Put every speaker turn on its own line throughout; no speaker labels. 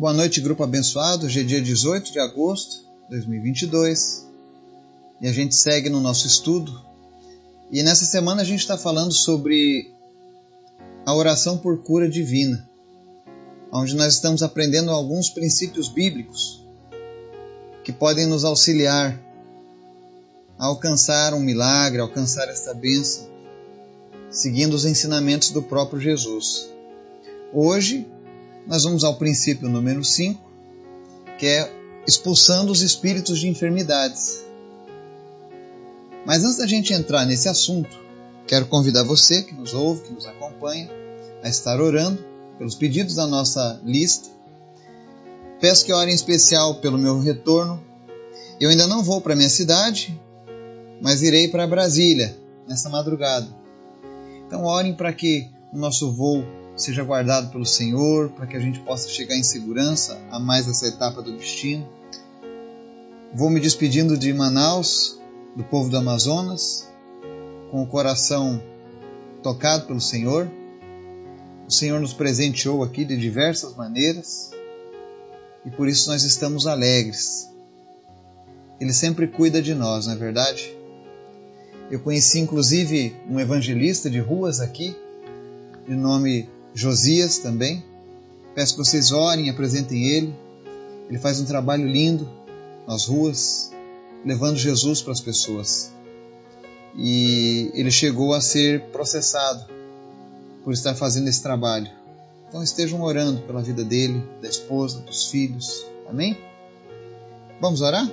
Boa noite, grupo abençoado. Hoje é dia 18 de agosto de 2022 e a gente segue no nosso estudo. E nessa semana a gente está falando sobre a oração por cura divina, onde nós estamos aprendendo alguns princípios bíblicos que podem nos auxiliar a alcançar um milagre, a alcançar esta bênção, seguindo os ensinamentos do próprio Jesus. Hoje nós vamos ao princípio número 5, que é expulsando os espíritos de enfermidades. Mas antes da gente entrar nesse assunto, quero convidar você que nos ouve, que nos acompanha, a estar orando pelos pedidos da nossa lista. Peço que orem em especial pelo meu retorno. Eu ainda não vou para a minha cidade, mas irei para Brasília nessa madrugada. Então orem para que o nosso voo seja guardado pelo Senhor, para que a gente possa chegar em segurança a mais essa etapa do destino. Vou me despedindo de Manaus, do povo do Amazonas, com o coração tocado pelo Senhor. O Senhor nos presenteou aqui de diversas maneiras e por isso nós estamos alegres. Ele sempre cuida de nós, não é verdade? Eu conheci inclusive um evangelista de ruas aqui, de nome Josias também. Peço que vocês orem e apresentem ele. Ele faz um trabalho lindo nas ruas, levando Jesus para as pessoas. E ele chegou a ser processado por estar fazendo esse trabalho. Então estejam orando pela vida dele, da esposa, dos filhos. Amém? Vamos orar?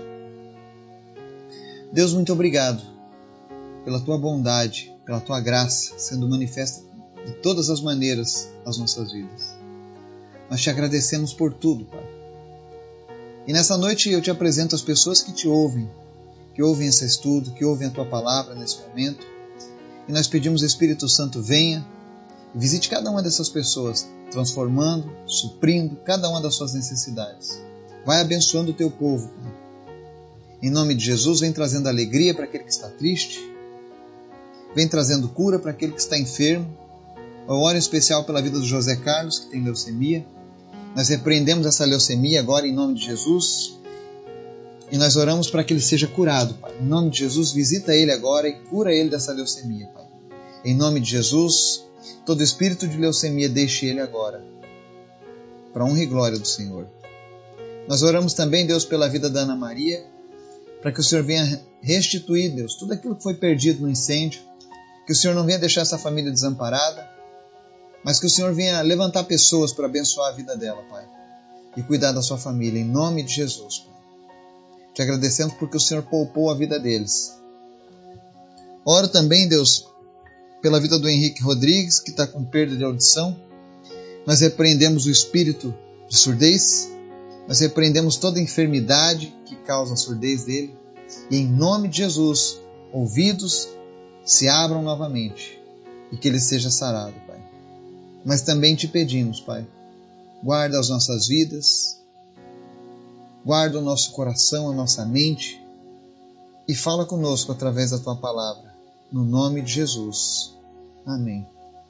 Deus, muito obrigado pela tua bondade, pela tua graça, sendo manifesta de todas as maneiras nas nossas vidas. Nós te agradecemos por tudo, Pai. E nessa noite eu te apresento as pessoas que te ouvem, que ouvem esse estudo, que ouvem a tua palavra nesse momento. E nós pedimos, Espírito Santo, venha e visite cada uma dessas pessoas, transformando, suprindo cada uma das suas necessidades. Vai abençoando o teu povo, Pai. Em nome de Jesus, vem trazendo alegria para aquele que está triste, vem trazendo cura para aquele que está enfermo. Eu oro em especial pela vida do José Carlos, que tem leucemia. Nós repreendemos essa leucemia agora em nome de Jesus. E nós oramos para que ele seja curado, Pai. Em nome de Jesus, visita ele agora e cura ele dessa leucemia, Pai. Em nome de Jesus, todo espírito de leucemia deixe ele agora, para a honra e glória do Senhor. Nós oramos também, Deus, pela vida da Ana Maria, para que o Senhor venha restituir, Deus, tudo aquilo que foi perdido no incêndio, que o Senhor não venha deixar essa família desamparada, mas que o Senhor venha levantar pessoas para abençoar a vida dela, Pai, e cuidar da sua família, em nome de Jesus, Pai. Te agradecemos porque o Senhor poupou a vida deles. Oro também, Deus, pela vida do Henrique Rodrigues, que está com perda de audição. Nós repreendemos o espírito de surdez, nós repreendemos toda enfermidade que causa a surdez dele, e em nome de Jesus, ouvidos se abram novamente e que ele seja sarado, Pai. Mas também te pedimos, Pai, guarda as nossas vidas, guarda o nosso coração, a nossa mente e fala conosco através da Tua palavra, no nome de Jesus. Amém.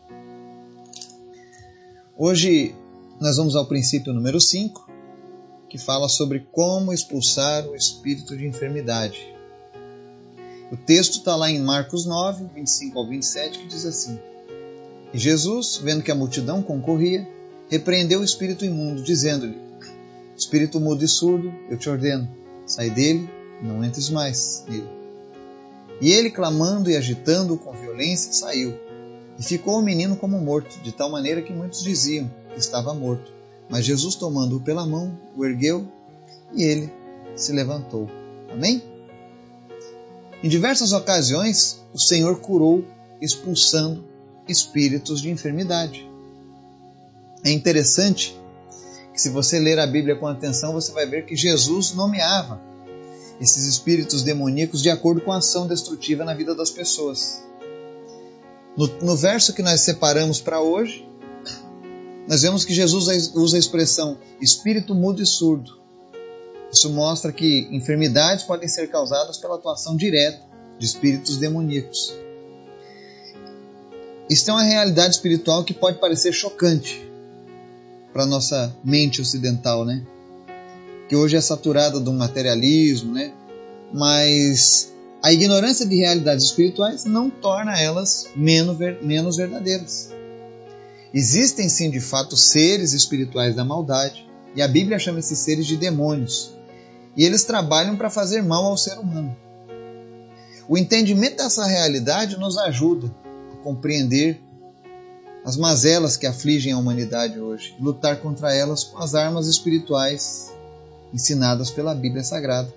Hoje nós vamos ao princípio número 5, que fala sobre como expulsar o espírito de enfermidade. O texto está lá em Marcos 9, 25 ao 27, que diz assim: E Jesus, vendo que a multidão concorria, repreendeu o espírito imundo, dizendo-lhe: Espírito mudo e surdo, eu te ordeno, sai dele, não entres mais nele. E ele, clamando e agitando-o com violência, saiu. E ficou o menino como morto, de tal maneira que muitos diziam que estava morto. Mas Jesus, tomando-o pela mão, o ergueu e ele se levantou. Amém? Em diversas ocasiões, o Senhor curou, expulsando espíritos de enfermidade. É interessante que, se você ler a Bíblia com atenção, você vai ver que Jesus nomeava esses espíritos demoníacos de acordo com a ação destrutiva na vida das pessoas. No verso que nós separamos para hoje, nós vemos que Jesus usa a expressão espírito mudo e surdo. Isso mostra que enfermidades podem ser causadas pela atuação direta de espíritos demoníacos. Isso é uma realidade espiritual que pode parecer chocante, para a nossa mente ocidental, né? Que hoje é saturada do materialismo, né? Mas a ignorância de realidades espirituais não torna elas menos verdadeiras. Existem sim, de fato, seres espirituais da maldade, e a Bíblia chama esses seres de demônios, e eles trabalham para fazer mal ao ser humano. O entendimento dessa realidade nos ajuda a compreender as mazelas que afligem a humanidade hoje, e lutar contra elas com as armas espirituais ensinadas pela Bíblia Sagrada.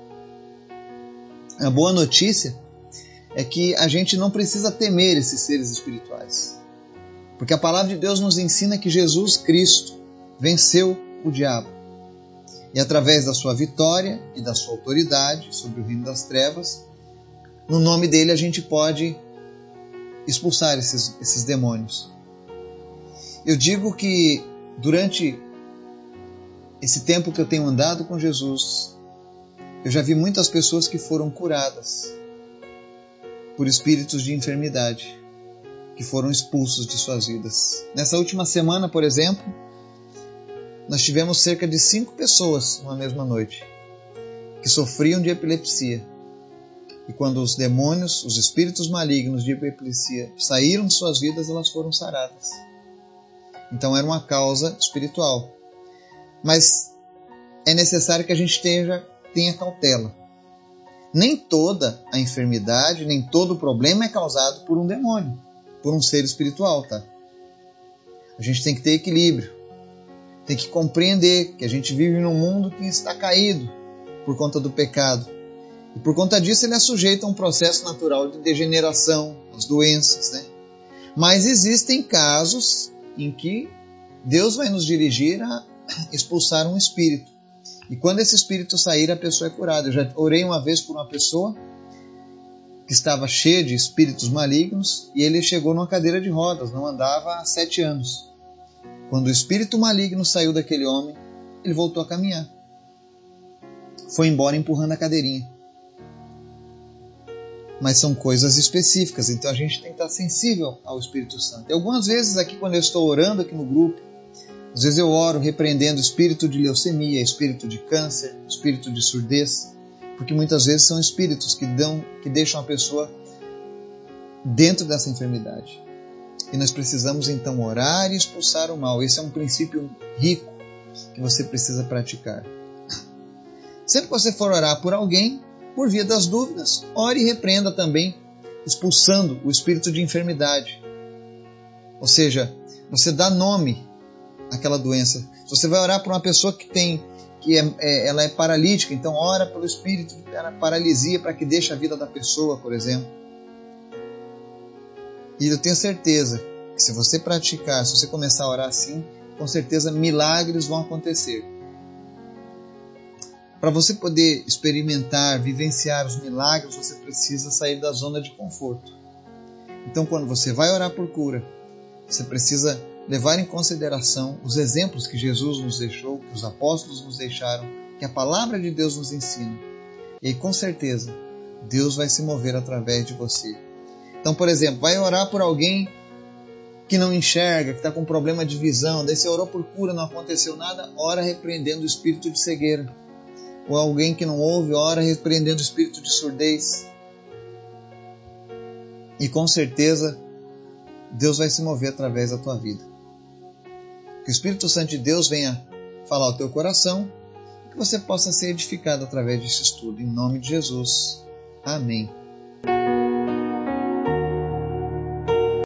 A boa notícia é que a gente não precisa temer esses seres espirituais, porque a palavra de Deus nos ensina que Jesus Cristo venceu o diabo, e através da sua vitória e da sua autoridade sobre o reino das trevas, no nome dele a gente pode expulsar esses demônios. Eu digo que durante esse tempo que eu tenho andado com Jesus, eu já vi muitas pessoas que foram curadas por espíritos de enfermidade, que foram expulsos de suas vidas. Nessa última semana, por exemplo, nós tivemos cerca de 5 pessoas numa mesma noite que sofriam de epilepsia. E quando os demônios, os espíritos malignos de epilepsia saíram de suas vidas, elas foram saradas. Então era uma causa espiritual. Mas é necessário que a gente tenha cautela. Nem toda a enfermidade, nem todo o problema é causado por um demônio, por um ser espiritual, tá? A gente tem que ter equilíbrio. Tem que compreender que a gente vive num mundo que está caído por conta do pecado. E por conta disso ele é sujeito a um processo natural de degeneração, as doenças, né? Mas existem casos em que Deus vai nos dirigir a expulsar um espírito. E quando esse espírito sair, a pessoa é curada. Eu já orei uma vez por uma pessoa que estava cheia de espíritos malignos e ele chegou numa cadeira de rodas, não andava há 7 anos. Quando o espírito maligno saiu daquele homem, ele voltou a caminhar. Foi embora empurrando a cadeirinha. Mas são coisas específicas, então a gente tem que estar sensível ao Espírito Santo. E algumas vezes aqui, quando eu estou orando aqui no grupo, às vezes eu oro repreendendo espírito de leucemia, espírito de câncer, espírito de surdez, porque muitas vezes são espíritos que deixam a pessoa dentro dessa enfermidade. E nós precisamos então orar e expulsar o mal. Esse é um princípio rico que você precisa praticar. Sempre que você for orar por alguém, por via das dúvidas, ore e repreenda também, expulsando o espírito de enfermidade. Ou seja, você dá nome àquela doença. Se você vai orar por uma pessoa ela é paralítica, então ora pelo espírito de paralisia para que deixe a vida da pessoa, por exemplo. E eu tenho certeza que se você praticar, se você começar a orar assim, com certeza milagres vão acontecer. Para você poder experimentar, vivenciar os milagres, você precisa sair da zona de conforto. Então, quando você vai orar por cura, você precisa levar em consideração os exemplos que Jesus nos deixou, que os apóstolos nos deixaram, que a palavra de Deus nos ensina. E aí, com certeza, Deus vai se mover através de você. Então, por exemplo, vai orar por alguém que não enxerga, que está com problema de visão, daí você orou por cura, não aconteceu nada, ora repreendendo o espírito de cegueira. Ou alguém que não ouve, ora repreendendo o espírito de surdez. E com certeza, Deus vai se mover através da tua vida. Que o Espírito Santo de Deus venha falar ao teu coração, que você possa ser edificado através desse estudo. Em nome de Jesus. Amém.